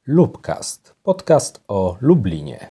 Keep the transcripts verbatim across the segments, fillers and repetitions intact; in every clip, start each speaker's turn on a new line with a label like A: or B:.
A: Lubcast, podcast o Lublinie.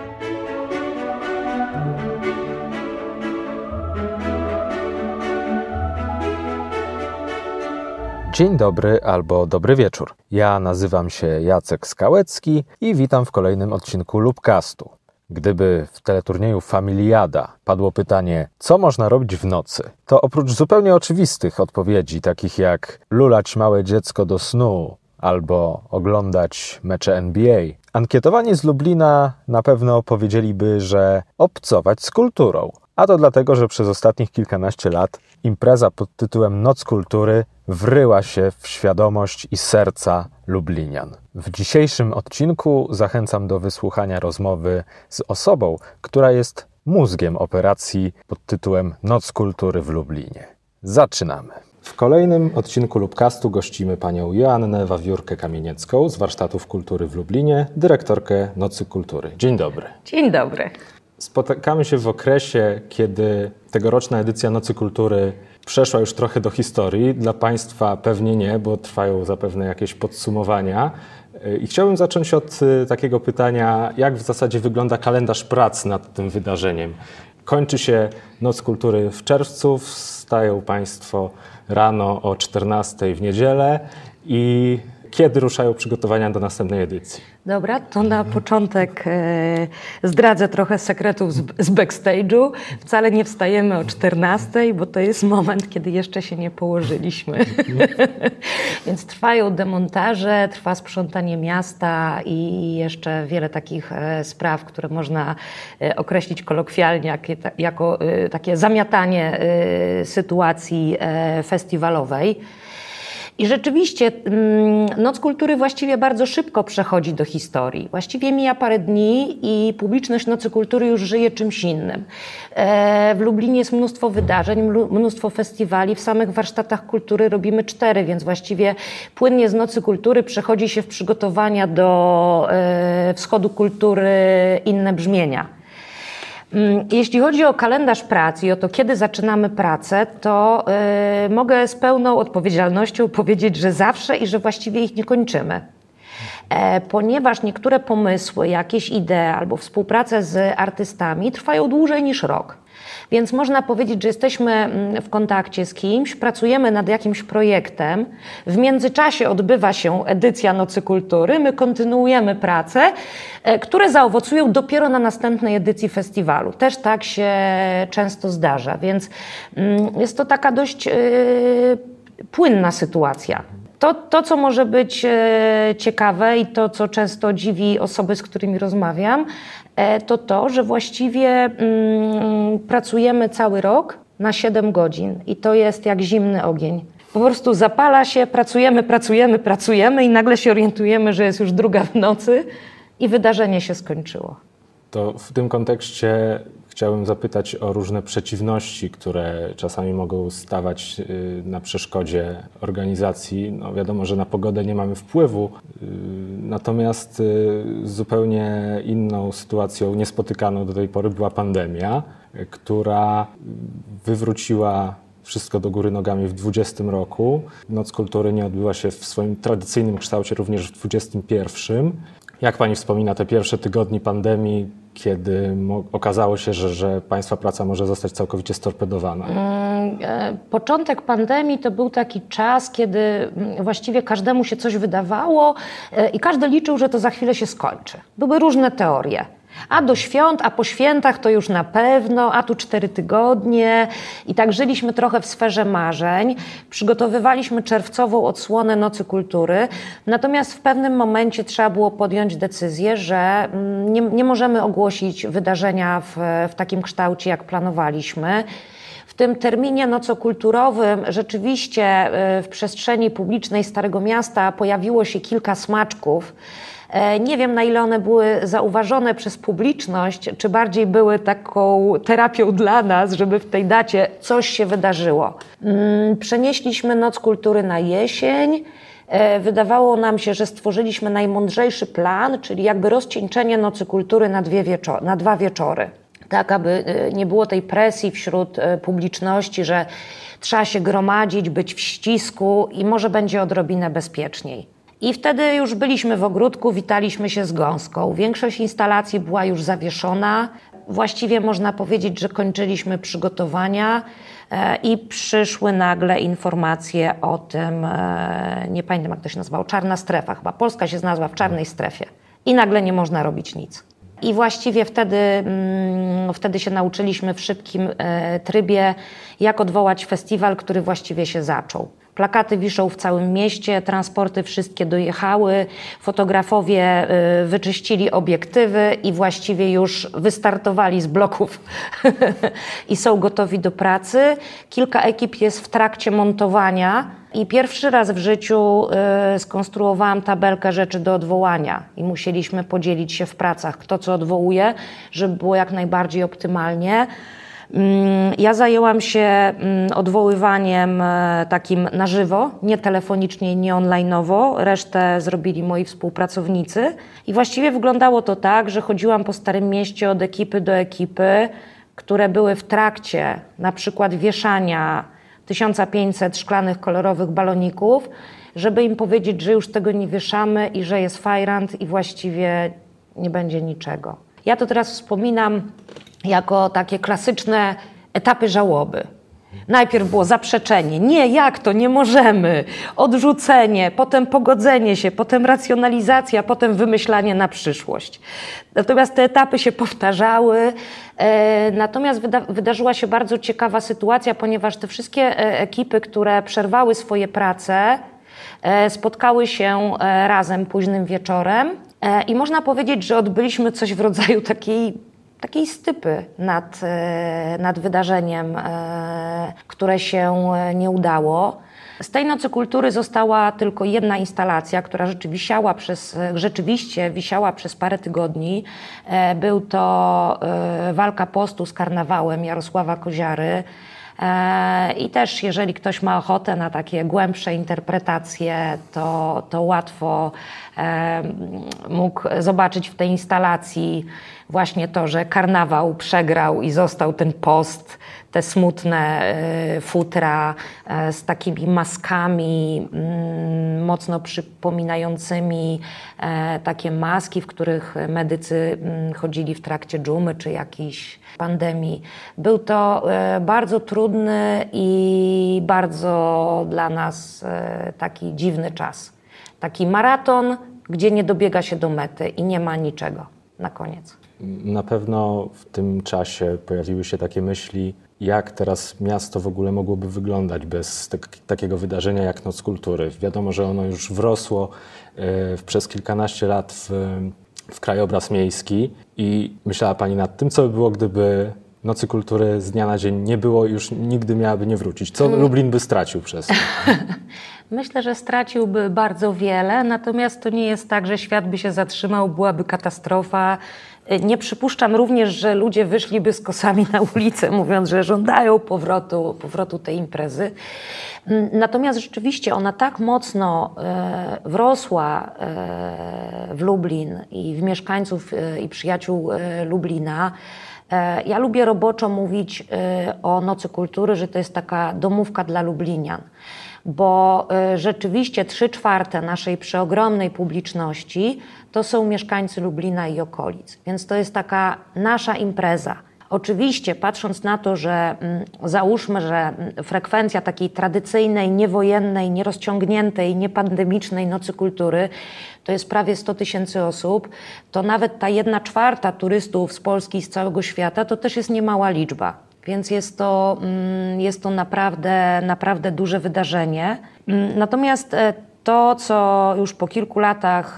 A: Dzień dobry albo dobry wieczór. Ja nazywam się Jacek Skałecki i witam w kolejnym odcinku Lubcastu. Gdyby w teleturnieju Familiada padło pytanie, co można robić w nocy, to oprócz zupełnie oczywistych odpowiedzi, takich jak lulać małe dziecko do snu albo oglądać mecze N B A, ankietowani z Lublina na pewno powiedzieliby, że obcować z kulturą. A to dlatego, że przez ostatnich kilkanaście lat impreza pod tytułem Noc Kultury wryła się w świadomość i serca lublinian. W dzisiejszym odcinku zachęcam do wysłuchania rozmowy z osobą, która jest mózgiem operacji pod tytułem Noc Kultury w Lublinie. Zaczynamy. W kolejnym odcinku Lubcastu gościmy panią Joannę Wawiórkę-Kamieniecką z Warsztatów Kultury w Lublinie, dyrektorkę Nocy Kultury. Dzień dobry.
B: Dzień dobry.
A: Spotykamy się w okresie, kiedy tegoroczna edycja Nocy Kultury przeszła już trochę do historii. Dla Państwa pewnie nie, bo trwają zapewne jakieś podsumowania. I chciałbym zacząć od takiego pytania, jak w zasadzie wygląda kalendarz prac nad tym wydarzeniem. Kończy się Noc Kultury w czerwcu, wstają Państwo rano o czternastej w niedzielę i kiedy ruszają przygotowania do następnej edycji?
B: Dobra, to na początek e, zdradzę trochę sekretów z, z backstage'u. Wcale nie wstajemy o czternastej, bo to jest moment, kiedy jeszcze się nie położyliśmy. Więc trwają demontaże, trwa sprzątanie miasta i jeszcze wiele takich e, spraw, które można e, określić kolokwialnie jak, jako e, takie zamiatanie e, sytuacji e, festiwalowej. I rzeczywiście Noc Kultury właściwie bardzo szybko przechodzi do historii. Właściwie mija parę dni i publiczność Nocy Kultury już żyje czymś innym. W Lublinie jest mnóstwo wydarzeń, mnóstwo festiwali. W samych warsztatach kultury robimy cztery, więc właściwie płynnie z Nocy Kultury przechodzi się w przygotowania do Wschodu Kultury inne brzmienia. Jeśli chodzi o kalendarz prac i o to, kiedy zaczynamy pracę, to yy, mogę z pełną odpowiedzialnością powiedzieć, że zawsze i że właściwie ich nie kończymy. E, ponieważ niektóre pomysły, jakieś idee albo współprace z artystami trwają dłużej niż rok. Więc można powiedzieć, że jesteśmy w kontakcie z kimś, pracujemy nad jakimś projektem, w międzyczasie odbywa się edycja Nocy Kultury, my kontynuujemy prace, które zaowocują dopiero na następnej edycji festiwalu. Też tak się często zdarza, więc jest to taka dość yy, płynna sytuacja. To, to, co może być e, ciekawe i to, co często dziwi osoby, z którymi rozmawiam, e, to to, że właściwie mm, pracujemy cały rok na siedem godzin i to jest jak zimny ogień. Po prostu zapala się, pracujemy, pracujemy, pracujemy i nagle się orientujemy, że jest już druga w nocy i wydarzenie się skończyło.
A: To w tym kontekście chciałbym zapytać o różne przeciwności, które czasami mogą stawać na przeszkodzie organizacji. No wiadomo, że na pogodę nie mamy wpływu, natomiast zupełnie inną sytuacją, niespotykaną do tej pory, była pandemia, która wywróciła wszystko do góry nogami w dwudziestym roku. Noc Kultury nie odbyła się w swoim tradycyjnym kształcie również w dwudziestym pierwszym. Jak Pani wspomina te pierwsze tygodnie pandemii, kiedy mo- okazało się, że, że Państwa praca może zostać całkowicie storpedowana?
B: Początek pandemii to był taki czas, kiedy właściwie każdemu się coś wydawało i każdy liczył, że to za chwilę się skończy. Były różne teorie. A do świąt, a po świętach to już na pewno, a tu cztery tygodnie. I tak żyliśmy trochę w sferze marzeń. Przygotowywaliśmy czerwcową odsłonę Nocy Kultury. Natomiast w pewnym momencie trzeba było podjąć decyzję, że nie, nie możemy ogłosić wydarzenia w, w takim kształcie, jak planowaliśmy. W tym terminie nocokulturowym rzeczywiście w przestrzeni publicznej Starego Miasta pojawiło się kilka smaczków. Nie wiem, na ile one były zauważone przez publiczność, czy bardziej były taką terapią dla nas, żeby w tej dacie coś się wydarzyło. Przenieśliśmy Noc Kultury na jesień. Wydawało nam się, że stworzyliśmy najmądrzejszy plan, czyli jakby rozcieńczenie Nocy Kultury na, dwie wieczo- na dwa wieczory. Tak, aby nie było tej presji wśród publiczności, że trzeba się gromadzić, być w ścisku i może będzie odrobinę bezpieczniej. I wtedy już byliśmy w ogródku, witaliśmy się z gąską. Większość instalacji była już zawieszona. Właściwie można powiedzieć, że kończyliśmy przygotowania i przyszły nagle informacje o tym, nie pamiętam jak to się nazywało, czarna strefa chyba. Polska się znalazła w czarnej strefie i nagle nie można robić nic. I właściwie wtedy, wtedy się nauczyliśmy w szybkim trybie, jak odwołać festiwal, który właściwie się zaczął. Plakaty wiszą w całym mieście, transporty wszystkie dojechały, fotografowie wyczyścili obiektywy i właściwie już wystartowali z bloków i są gotowi do pracy. Kilka ekip jest w trakcie montowania i pierwszy raz w życiu skonstruowałam tabelkę rzeczy do odwołania i musieliśmy podzielić się w pracach, kto co odwołuje, żeby było jak najbardziej optymalnie. Ja zajęłam się odwoływaniem takim na żywo, nie telefonicznie, nie online'owo. Resztę zrobili moi współpracownicy. I właściwie wyglądało to tak, że chodziłam po Starym Mieście od ekipy do ekipy, które były w trakcie na przykład wieszania tysiąc pięćset szklanych, kolorowych baloników, żeby im powiedzieć, że już tego nie wieszamy i że jest fajrant i właściwie nie będzie niczego. Ja to teraz wspominam jako takie klasyczne etapy żałoby. Najpierw było zaprzeczenie, nie, jak to, nie możemy, odrzucenie, potem pogodzenie się, potem racjonalizacja, potem wymyślanie na przyszłość. Natomiast te etapy się powtarzały, e, natomiast wyda wydarzyła się bardzo ciekawa sytuacja, ponieważ te wszystkie ekipy, które przerwały swoje prace, e, spotkały się razem późnym wieczorem e, i można powiedzieć, że odbyliśmy coś w rodzaju takiej takiej stypy nad, nad wydarzeniem, które się nie udało. Z tej Nocy Kultury została tylko jedna instalacja, która rzeczywiście wisiała przez, rzeczywiście wisiała przez parę tygodni. Był to Walka postu z karnawałem Jarosława Koziary. I też jeżeli ktoś ma ochotę na takie głębsze interpretacje, to, to łatwo mógł zobaczyć w tej instalacji właśnie to, że karnawał przegrał i został ten post, te smutne futra z takimi maskami mocno przypominającymi takie maski, w których medycy chodzili w trakcie dżumy czy jakiejś pandemii. Był to bardzo trudny i bardzo dla nas taki dziwny czas. Taki maraton, gdzie nie dobiega się do mety i nie ma niczego na koniec.
A: Na pewno w tym czasie pojawiły się takie myśli, jak teraz miasto w ogóle mogłoby wyglądać bez tak, takiego wydarzenia jak Noc Kultury. Wiadomo, że ono już wrosło y, przez kilkanaście lat w, w krajobraz miejski i myślała Pani nad tym, co by było, gdyby Nocy Kultury z dnia na dzień nie było, już nigdy miałaby nie wrócić. Co hmm. Lublin by stracił przez to?
B: Myślę, że straciłby bardzo wiele, natomiast to nie jest tak, że świat by się zatrzymał, byłaby katastrofa. Nie przypuszczam również, że ludzie wyszliby z kosami na ulicę, mówiąc, że żądają powrotu, powrotu tej imprezy. Natomiast rzeczywiście ona tak mocno wrosła w Lublin i w mieszkańców i przyjaciół Lublina. Ja lubię roboczo mówić o Nocy Kultury, że to jest taka domówka dla lublinian, bo rzeczywiście trzy czwarte naszej przeogromnej publiczności to są mieszkańcy Lublina i okolic, więc to jest taka nasza impreza. Oczywiście patrząc na to, że załóżmy, że frekwencja takiej tradycyjnej, niewojennej, nierozciągniętej, niepandemicznej Nocy Kultury to jest prawie sto tysięcy osób, to nawet ta jedna czwarta turystów z Polski i z całego świata to też jest niemała liczba. Więc jest to, jest to naprawdę, naprawdę duże wydarzenie. Natomiast to, co już po kilku latach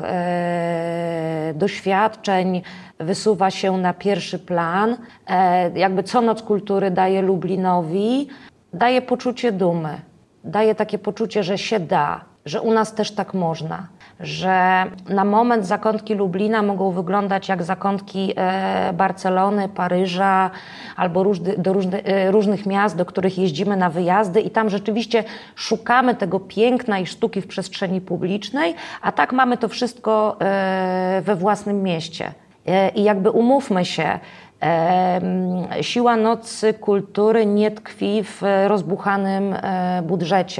B: e, doświadczeń wysuwa się na pierwszy plan, e, jakby co Noc Kultury daje Lublinowi, daje poczucie dumy, daje takie poczucie, że się da, że u nas też tak można, że na moment zakątki Lublina mogą wyglądać jak zakątki e, Barcelony, Paryża albo różny, do różny, e, różnych miast, do których jeździmy na wyjazdy i tam rzeczywiście szukamy tego piękna i sztuki w przestrzeni publicznej, a tak mamy to wszystko e, we własnym mieście. E, I jakby umówmy się, e, siła Nocy Kultury nie tkwi w rozbuchanym e, budżecie,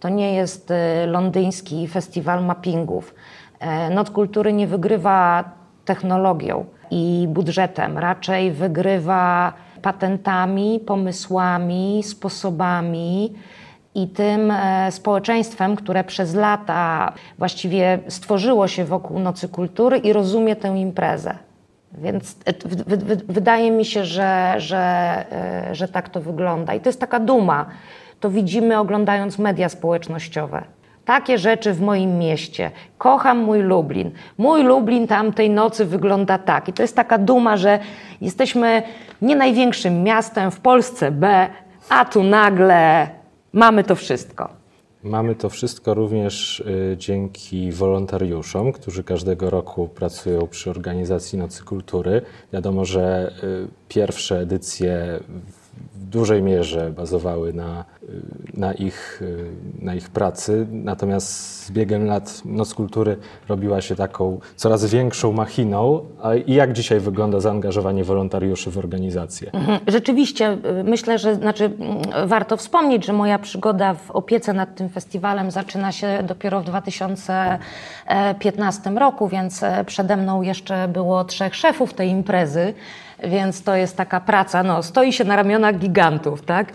B: To nie jest londyński festiwal mappingów. Noc Kultury nie wygrywa technologią i budżetem, raczej wygrywa patentami, pomysłami, sposobami i tym społeczeństwem, które przez lata właściwie stworzyło się wokół Nocy Kultury i rozumie tę imprezę. Więc w, w, wydaje mi się, że, że, że tak to wygląda. I to jest taka duma. To widzimy oglądając media społecznościowe. Takie rzeczy w moim mieście. Kocham mój Lublin. Mój Lublin tamtej nocy wygląda tak. I to jest taka duma, że jesteśmy nie największym miastem w Polsce B, a tu nagle mamy to wszystko.
A: Mamy to wszystko również y, dzięki wolontariuszom, którzy każdego roku pracują przy organizacji Nocy Kultury. Wiadomo, że y, pierwsze edycje w dużej mierze bazowały na, y, na, ich, y, na ich pracy, natomiast z biegiem lat Noc Kultury robiła się taką coraz większą machiną. A i jak dzisiaj wygląda zaangażowanie wolontariuszy w organizację?
B: Rzeczywiście, myślę, że znaczy, warto wspomnieć, że moja przygoda w opiece nad tym festiwalem zaczyna się dopiero w dwa tysiące piętnastym roku, więc przede mną jeszcze było trzech szefów tej imprezy, więc to jest taka praca, no, stoi się na ramionach gigantów, tak?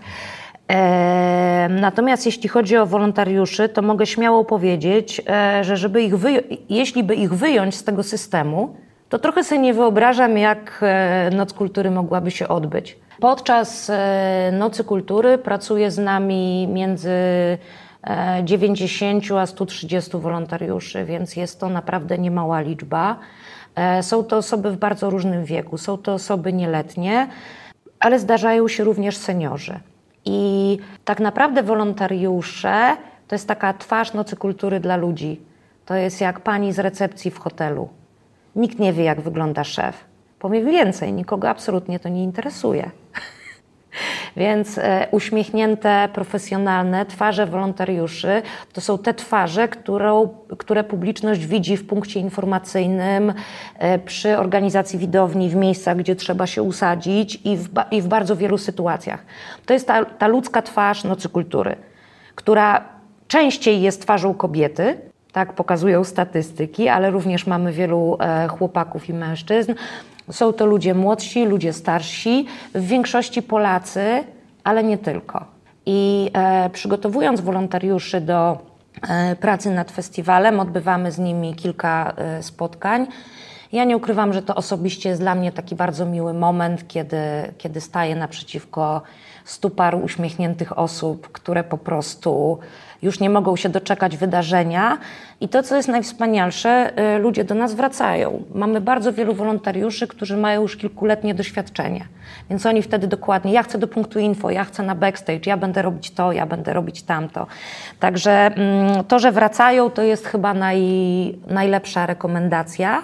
B: E, natomiast jeśli chodzi o wolontariuszy, to mogę śmiało powiedzieć, e, że żeby ich wyjo- jeśli by ich wyjąć z tego systemu, to trochę sobie nie wyobrażam, jak e, Noc Kultury mogłaby się odbyć. Podczas e, Nocy Kultury pracuje z nami między e, dziewięćdziesięciu a stu trzydziestu wolontariuszy, więc jest to naprawdę niemała liczba. E, są to osoby w bardzo różnym wieku, są to osoby nieletnie, ale zdarzają się również seniorzy. I tak naprawdę wolontariusze to jest taka twarz Nocy Kultury dla ludzi. To jest jak pani z recepcji w hotelu. Nikt nie wie, jak wygląda szef. Powiem więcej, nikogo absolutnie to nie interesuje. Więc e, uśmiechnięte, profesjonalne twarze wolontariuszy to są te twarze, którą, które publiczność widzi w punkcie informacyjnym, e, przy organizacji widowni, w miejscach, gdzie trzeba się usadzić i w, i w bardzo wielu sytuacjach. To jest ta, ta ludzka twarz Nocy Kultury, która częściej jest twarzą kobiety, tak pokazują statystyki, ale również mamy wielu e, chłopaków i mężczyzn. Są to ludzie młodsi, ludzie starsi, w większości Polacy, ale nie tylko. I e, przygotowując wolontariuszy do e, pracy nad festiwalem, odbywamy z nimi kilka e, spotkań. Ja nie ukrywam, że to osobiście jest dla mnie taki bardzo miły moment, kiedy, kiedy staję naprzeciwko stu paru uśmiechniętych osób, które po prostu już nie mogą się doczekać wydarzenia. I to, co jest najwspanialsze, ludzie do nas wracają. Mamy bardzo wielu wolontariuszy, którzy mają już kilkuletnie doświadczenie. Więc oni wtedy dokładnie, ja chcę do punktu info, ja chcę na backstage, ja będę robić to, ja będę robić tamto. Także to, że wracają, to jest chyba naj, najlepsza rekomendacja.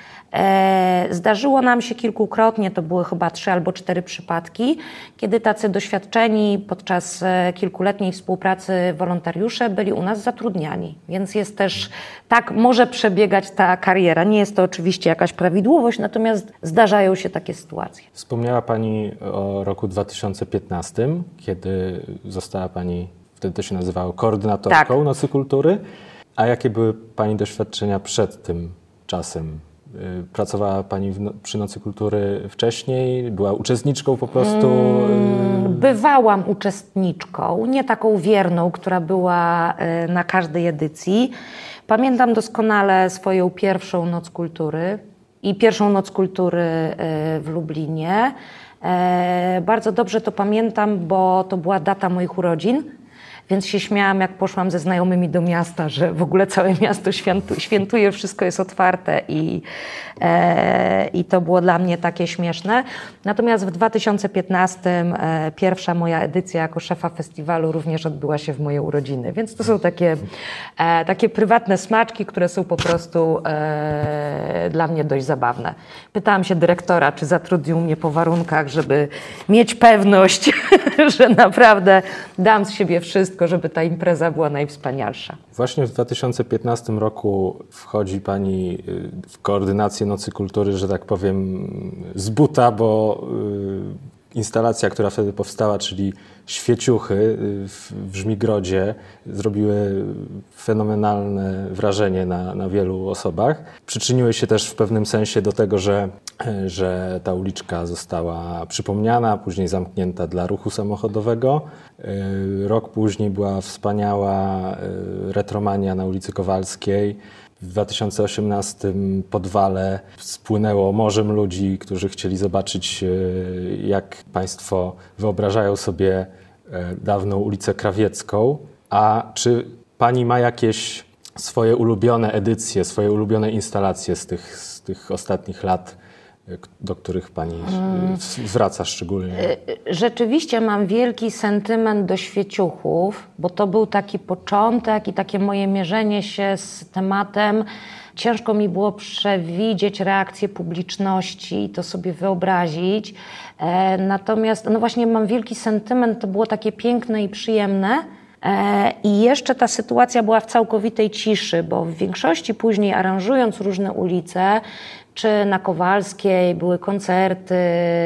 B: Zdarzyło nam się kilkukrotnie, to były chyba trzy albo cztery przypadki, kiedy tacy doświadczeni podczas kilkuletniej współpracy wolontariusze byli u nas zatrudniani. Więc jest też, tak może przebiegać ta kariera. Nie jest to oczywiście jakaś prawidłowość, natomiast zdarzają się takie sytuacje.
A: Wspomniała Pani o roku dwa tysiące piętnastym, kiedy została Pani, wtedy to się nazywało, koordynatorką tak. Nocy Kultury. A jakie były Pani doświadczenia przed tym czasem? Pracowała Pani w no, przy Nocy Kultury wcześniej? Była uczestniczką po prostu?
B: Bywałam uczestniczką, nie taką wierną, która była na każdej edycji. Pamiętam doskonale swoją pierwszą Noc Kultury i pierwszą Noc Kultury w Lublinie. Bardzo dobrze to pamiętam, bo to była data moich urodzin. Więc się śmiałam, jak poszłam ze znajomymi do miasta, że w ogóle całe miasto świętu, świętuje, wszystko jest otwarte i, e, i to było dla mnie takie śmieszne. Natomiast w dwa tysiące piętnastym e, pierwsza moja edycja jako szefa festiwalu również odbyła się w moje urodziny. Więc to są takie, e, takie prywatne smaczki, które są po prostu e, dla mnie dość zabawne. Pytałam się dyrektora, czy zatrudnił mnie po warunkach, żeby mieć pewność, że naprawdę dam z siebie wszystko, żeby ta impreza była najwspanialsza.
A: Właśnie w dwa tysiące piętnastym roku wchodzi Pani w koordynację Nocy Kultury, że tak powiem, z buta, bo instalacja, która wtedy powstała, czyli Świeciuchy w, w Żmigrodzie, zrobiły fenomenalne wrażenie na, na wielu osobach. Przyczyniły się też w pewnym sensie do tego, że, że ta uliczka została przypomniana, później zamknięta dla ruchu samochodowego. Rok później była wspaniała retromania na ulicy Kowalskiej. W dwa tysiące osiemnastym Podwale spłynęło morzem ludzi, którzy chcieli zobaczyć, jak państwo wyobrażają sobie dawną ulicę Krawiecką. A czy pani ma jakieś swoje ulubione edycje, swoje ulubione instalacje z tych, z tych ostatnich lat, do których pani zwraca szczególnie?
B: Rzeczywiście mam wielki sentyment do Świeciuchów, bo to był taki początek i takie moje mierzenie się z tematem. Ciężko mi było przewidzieć reakcję publiczności i to sobie wyobrazić. Natomiast no właśnie mam wielki sentyment, to było takie piękne i przyjemne. I jeszcze ta sytuacja była w całkowitej ciszy, bo w większości później aranżując różne ulice, czy na Kowalskiej były koncerty,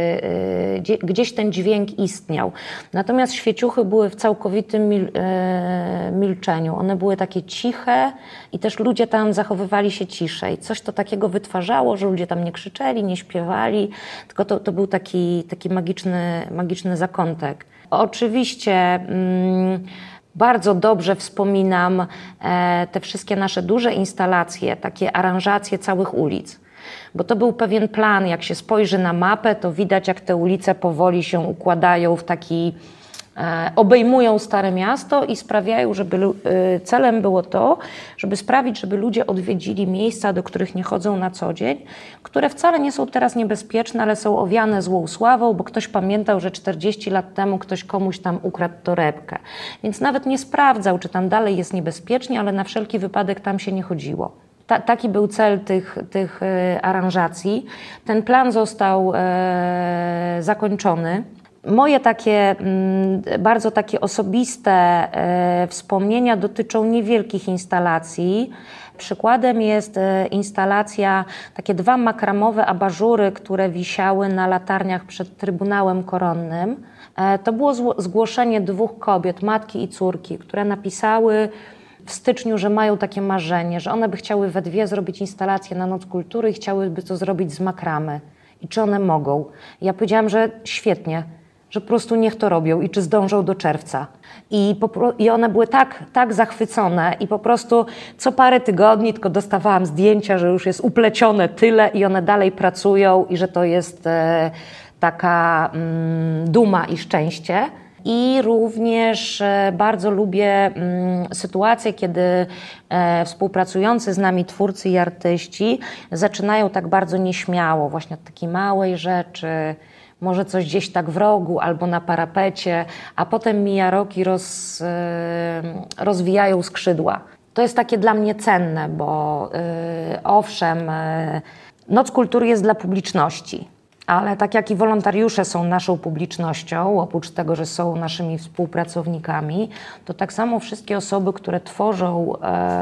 B: gdzieś ten dźwięk istniał. Natomiast Świeciuchy były w całkowitym mil, milczeniu. One były takie ciche i też ludzie tam zachowywali się ciszej. Coś to takiego wytwarzało, że ludzie tam nie krzyczeli, nie śpiewali, tylko to, to był taki, taki magiczny, magiczny zakątek. Oczywiście mm, bardzo dobrze wspominam e, te wszystkie nasze duże instalacje, takie aranżacje całych ulic. Bo to był pewien plan, jak się spojrzy na mapę, to widać, jak te ulice powoli się układają w taki, e, obejmują Stare Miasto i sprawiają, żeby e, celem było to, żeby sprawić, żeby ludzie odwiedzili miejsca, do których nie chodzą na co dzień, które wcale nie są teraz niebezpieczne, ale są owiane złą sławą, bo ktoś pamiętał, że czterdzieści lat temu ktoś komuś tam ukradł torebkę. Więc nawet nie sprawdzał, czy tam dalej jest niebezpiecznie, ale na wszelki wypadek tam się nie chodziło. Ta, taki był cel tych, tych e, aranżacji. Ten plan został e, zakończony. Moje takie, m, bardzo takie osobiste e, wspomnienia dotyczą niewielkich instalacji. Przykładem jest e, instalacja, takie dwa makramowe abażury, które wisiały na latarniach przed Trybunałem Koronnym. E, to było zło, zgłoszenie dwóch kobiet, matki i córki, które napisały w styczniu, że mają takie marzenie, że one by chciały we dwie zrobić instalację na Noc Kultury i chciałyby to zrobić z makramy. I czy one mogą? Ja powiedziałam, że świetnie, że po prostu niech to robią i czy zdążą do czerwca. I, po, i one były tak, tak zachwycone i po prostu co parę tygodni tylko dostawałam zdjęcia, że już jest uplecione tyle i one dalej pracują i że to jest e, taka mm, duma i szczęście. I również bardzo lubię sytuację, kiedy współpracujący z nami twórcy i artyści zaczynają tak bardzo nieśmiało, właśnie od takiej małej rzeczy, może coś gdzieś tak w rogu albo na parapecie, a potem mija rok i roz, rozwijają skrzydła. To jest takie dla mnie cenne, bo owszem, Noc Kultury jest dla publiczności. Ale tak jak i wolontariusze są naszą publicznością, oprócz tego, że są naszymi współpracownikami, to tak samo wszystkie osoby, które tworzą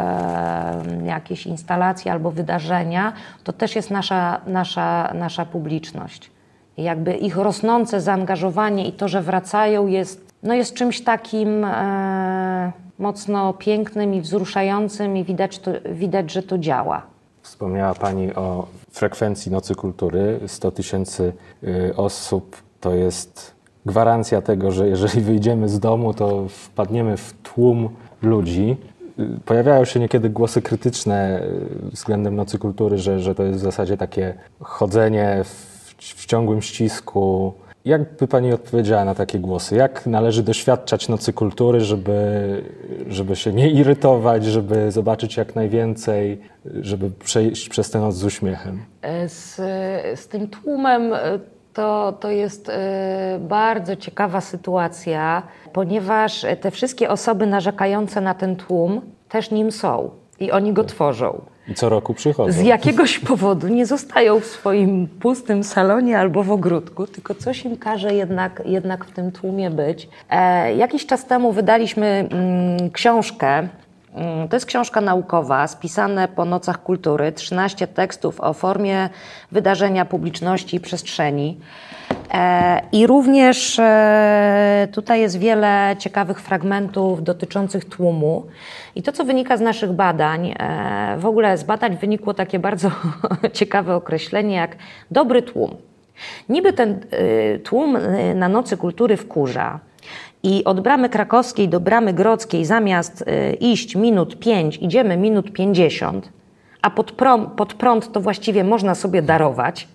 B: e, jakieś instalacje albo wydarzenia, to też jest nasza, nasza, nasza publiczność. I jakby ich rosnące zaangażowanie i to, że wracają jest, no jest czymś takim e, mocno pięknym i wzruszającym i widać, to, widać, że to działa.
A: Wspomniała Pani o frekwencji Nocy Kultury. sto tysięcy osób to jest gwarancja tego, że jeżeli wyjdziemy z domu, to wpadniemy w tłum ludzi. Pojawiają się niekiedy głosy krytyczne względem Nocy Kultury, że, że to jest w zasadzie takie chodzenie w, w ciągłym ścisku. Jak by Pani odpowiedziała na takie głosy? Jak należy doświadczać Nocy Kultury, żeby, żeby się nie irytować, żeby zobaczyć jak najwięcej, żeby przejść przez tę noc z uśmiechem?
B: Z, z tym tłumem to, to jest bardzo ciekawa sytuacja, ponieważ te wszystkie osoby narzekające na ten tłum też nim są i oni go tworzą.
A: I co roku przychodzą.
B: Z jakiegoś powodu nie zostają w swoim pustym salonie albo w ogródku, tylko coś im każe jednak, jednak w tym tłumie być. E, jakiś czas temu wydaliśmy mm, książkę. To jest książka naukowa, spisane po Nocach Kultury, trzynaście tekstów o formie wydarzenia, publiczności i przestrzeni. I również tutaj jest wiele ciekawych fragmentów dotyczących tłumu. I to, co wynika z naszych badań, w ogóle z badań wynikło takie bardzo ciekawe określenie jak dobry tłum. Niby ten tłum na Nocy Kultury wkurza i od bramy krakowskiej do bramy grodzkiej zamiast iść minut pięć, idziemy minut pięćdziesiąt, a pod prąd, pod prąd to właściwie można sobie darować.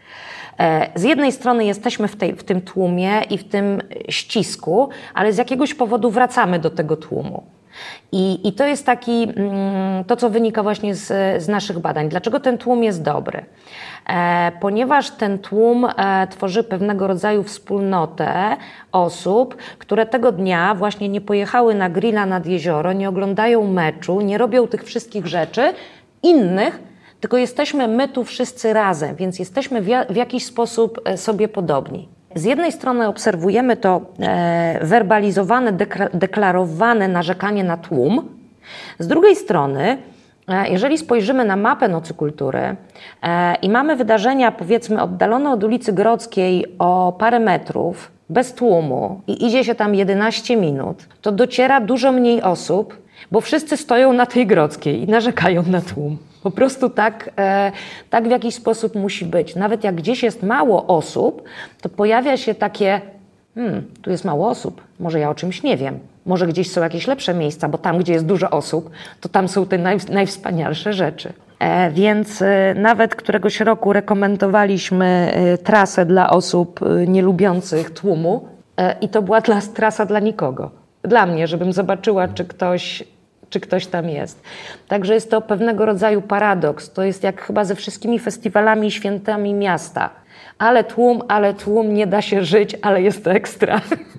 B: Z jednej strony jesteśmy w, tej, w tym tłumie i w tym ścisku, ale z jakiegoś powodu wracamy do tego tłumu. I, i to jest taki, to co wynika właśnie z, z naszych badań. Dlaczego ten tłum jest dobry? E, ponieważ ten tłum e, tworzy pewnego rodzaju wspólnotę osób, które tego dnia właśnie nie pojechały na grilla nad jezioro, nie oglądają meczu, nie robią tych wszystkich rzeczy innych, tylko jesteśmy my tu wszyscy razem, więc jesteśmy w, w jakiś sposób sobie podobni. Z jednej strony obserwujemy to e, werbalizowane, deklarowane narzekanie na tłum. Z drugiej strony, e, jeżeli spojrzymy na mapę Nocy Kultury e, i mamy wydarzenia, powiedzmy, oddalone od ulicy Grodzkiej o parę metrów, bez tłumu i idzie się tam jedenaście minut, to dociera dużo mniej osób, bo wszyscy stoją na tej Grodzkiej i narzekają na tłum. Po prostu tak, e, tak w jakiś sposób musi być. Nawet jak gdzieś jest mało osób, to pojawia się takie, hmm, tu jest mało osób, może ja o czymś nie wiem, może gdzieś są jakieś lepsze miejsca, bo tam, gdzie jest dużo osób, to tam są te naj, najwspanialsze rzeczy. E, więc e, nawet któregoś roku rekomendowaliśmy e, trasę dla osób e, nielubiących tłumu e, i to była dla, trasa dla nikogo. Dla mnie, żebym zobaczyła, czy ktoś... czy ktoś tam jest. Także jest to pewnego rodzaju paradoks. To jest jak chyba ze wszystkimi festiwalami i świętami miasta. Ale tłum, ale tłum, nie da się żyć, ale jest to ekstra.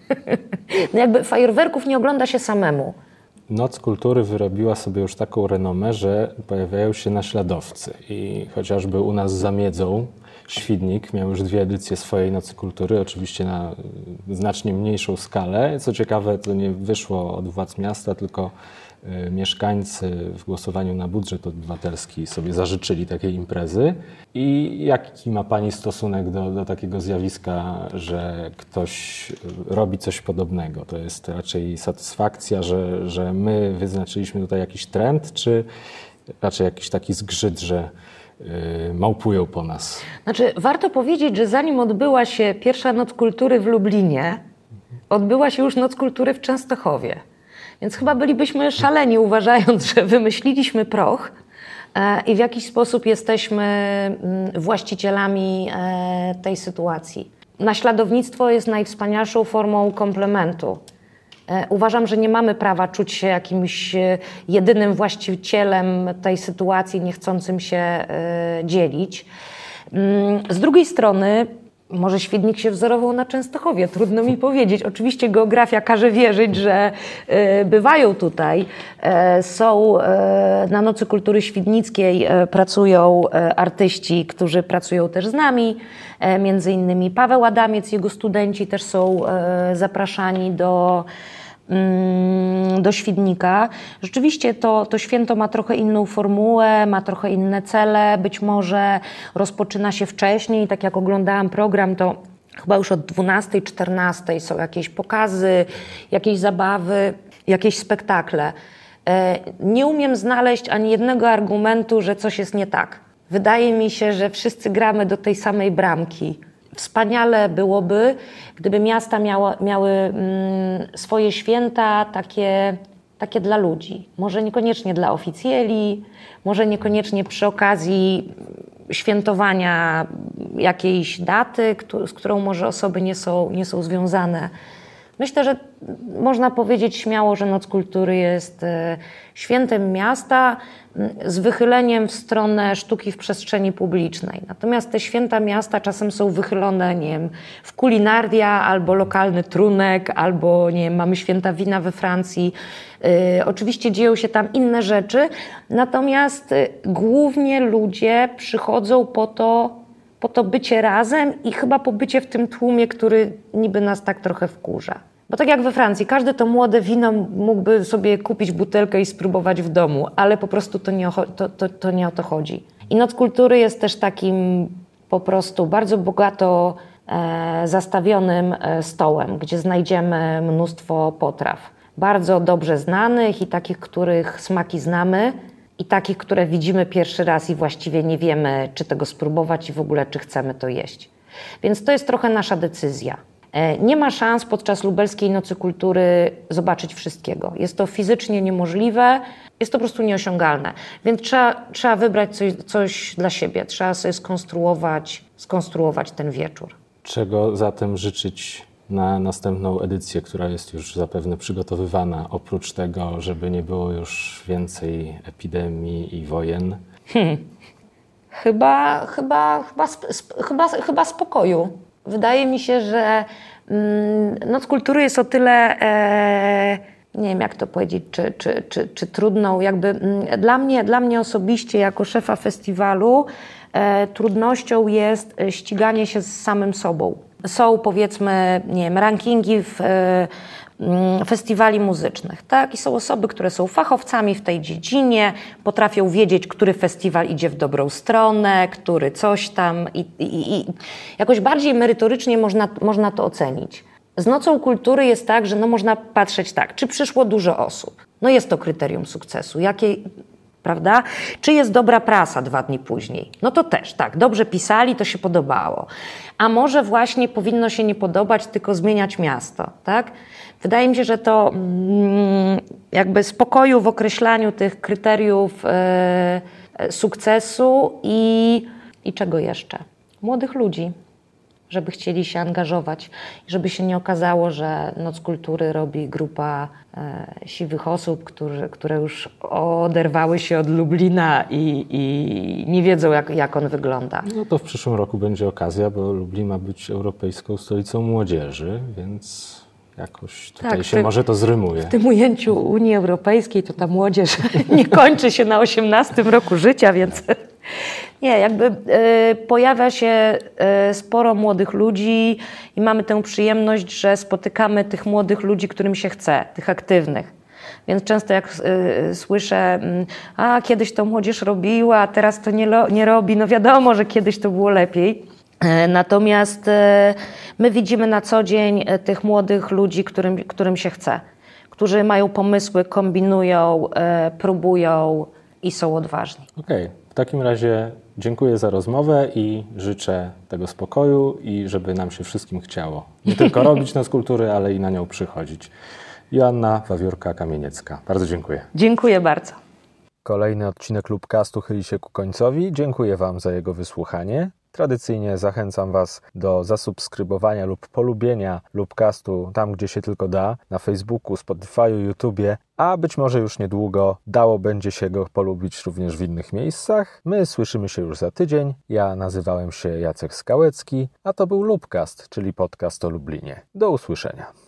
B: No jakby fajerwerków nie ogląda się samemu.
A: Noc Kultury wyrobiła sobie już taką renomę, że pojawiają się naśladowcy. I chociażby u nas za Miedzą Świdnik miał już dwie edycje swojej Nocy Kultury, oczywiście na znacznie mniejszą skalę. Co ciekawe, to nie wyszło od władz miasta, tylko mieszkańcy w głosowaniu na budżet obywatelski sobie zażyczyli takiej imprezy. I jaki ma Pani stosunek do, do takiego zjawiska, że ktoś robi coś podobnego? To jest raczej satysfakcja, że, że my wyznaczyliśmy tutaj jakiś trend, czy raczej jakiś taki zgrzyt, że yy, małpują po nas?
B: Znaczy, warto powiedzieć, że zanim odbyła się pierwsza Noc Kultury w Lublinie, odbyła się już Noc Kultury w Częstochowie. Więc chyba bylibyśmy szaleni, uważając, że wymyśliliśmy proch e, i w jakiś sposób jesteśmy m, właścicielami e, tej sytuacji. Naśladownictwo jest najwspanialszą formą komplementu. E, uważam, że nie mamy prawa czuć się jakimś e, jedynym właścicielem tej sytuacji, niechcącym się e, dzielić. Mm, z drugiej strony, może Świdnik się wzorował na Częstochowie, trudno mi powiedzieć. Oczywiście geografia każe wierzyć, że y, bywają tutaj. Y, są y, na Nocy Kultury Świdnickiej y, pracują y, artyści, którzy pracują też z nami. Y, między innymi Paweł Adamiec, jego studenci też są y, zapraszani do do Świdnika. Rzeczywiście to, to święto ma trochę inną formułę, ma trochę inne cele, być może rozpoczyna się wcześniej, tak jak oglądałam program, to chyba już od dwunastej, czternastej są jakieś pokazy, jakieś zabawy, jakieś spektakle. Nie umiem znaleźć ani jednego argumentu, że coś jest nie tak. Wydaje mi się, że wszyscy gramy do tej samej bramki. Wspaniale byłoby, gdyby miasta miało, miały mm, swoje święta takie, takie dla ludzi. Może niekoniecznie dla oficjeli, może niekoniecznie przy okazji świętowania jakiejś daty, z którą może osoby nie są, nie są związane. Myślę, że można powiedzieć śmiało, że Noc Kultury jest świętem miasta z wychyleniem w stronę sztuki w przestrzeni publicznej. Natomiast te święta miasta czasem są wychylone, nie wiem, w kulinaria albo lokalny trunek, albo nie wiem, mamy święta wina we Francji. Yy, oczywiście dzieją się tam inne rzeczy, natomiast yy, głównie ludzie przychodzą po to, po to bycie razem i chyba po bycie w tym tłumie, który niby nas tak trochę wkurza. Bo tak jak we Francji, każde to młode wino mógłby sobie kupić butelkę i spróbować w domu, ale po prostu to nie o to, to, to nie o to chodzi. I Noc Kultury jest też takim po prostu bardzo bogato zastawionym stołem, gdzie znajdziemy mnóstwo potraw. Bardzo dobrze znanych i takich, których smaki znamy, i takich, które widzimy pierwszy raz i właściwie nie wiemy, czy tego spróbować i w ogóle, czy chcemy to jeść. Więc to jest trochę nasza decyzja. Nie ma szans podczas lubelskiej Nocy Kultury zobaczyć wszystkiego. Jest to fizycznie niemożliwe, jest to po prostu nieosiągalne. Więc trzeba, trzeba wybrać coś, coś dla siebie, trzeba sobie skonstruować, skonstruować ten wieczór.
A: Czego zatem życzyć na następną edycję, która jest już zapewne przygotowywana, oprócz tego, żeby nie było już więcej epidemii i wojen?
B: Hmm. Chyba, chyba, chyba, sp- sp- chyba, chyba spokoju. Wydaje mi się, że mm, Noc Kultury jest o tyle, e, nie wiem jak to powiedzieć, czy, czy, czy, czy trudną, jakby mm, dla mnie, dla mnie osobiście jako szefa festiwalu e, trudnością jest ściganie się z samym sobą. Są powiedzmy, nie wiem, rankingi w e, festiwali muzycznych, tak? I są osoby, które są fachowcami w tej dziedzinie, potrafią wiedzieć, który festiwal idzie w dobrą stronę, który coś tam i, i, i jakoś bardziej merytorycznie można, można to ocenić. Z Nocą Kultury jest tak, że no można patrzeć tak, czy przyszło dużo osób. No jest to kryterium sukcesu. Jakiej, prawda? Czy jest dobra prasa dwa dni później? No to też, tak, dobrze pisali, to się podobało. A może właśnie powinno się nie podobać, tylko zmieniać miasto, tak? Wydaje mi się, że to mm, jakby spokoju w określaniu tych kryteriów e, sukcesu i, i czego jeszcze? Młodych ludzi, żeby chcieli się angażować, żeby się nie okazało, że Noc Kultury robi grupa e, siwych osób, którzy, które już oderwały się od Lublina i, i nie wiedzą, jak, jak on wygląda.
A: No to w przyszłym roku będzie okazja, bo Lublin ma być europejską stolicą młodzieży, więc jakoś tutaj
B: tak,
A: się
B: ty,
A: może to zrymuje.
B: W tym ujęciu Unii Europejskiej to ta młodzież nie kończy się na osiemnastym roku życia, więc nie, jakby y, pojawia się y, sporo młodych ludzi i mamy tę przyjemność, że spotykamy tych młodych ludzi, którym się chce, tych aktywnych. Więc często jak y, słyszę, y, a kiedyś to młodzież robiła, a teraz to nie, lo, nie robi, no wiadomo, że kiedyś to było lepiej. Natomiast my widzimy na co dzień tych młodych ludzi, którym, którym się chce, którzy mają pomysły, kombinują, próbują i są odważni.
A: Okej, okay. W takim razie dziękuję za rozmowę i życzę tego spokoju i żeby nam się wszystkim chciało. Nie tylko robić Noc Kultury, ale i na nią przychodzić. Joanna Wawiórka-Kamieniecka. Bardzo dziękuję.
B: Dziękuję bardzo.
A: Kolejny odcinek Lubcastu chyli się ku końcowi. Dziękuję Wam za jego wysłuchanie. Tradycyjnie zachęcam Was do zasubskrybowania lub polubienia Lubcastu tam, gdzie się tylko da, na Facebooku, Spotify'u, YouTubie, a być może już niedługo dało będzie się go polubić również w innych miejscach. My słyszymy się już za tydzień. Ja nazywałem się Jacek Skałecki, a to był Lubcast, czyli podcast o Lublinie. Do usłyszenia.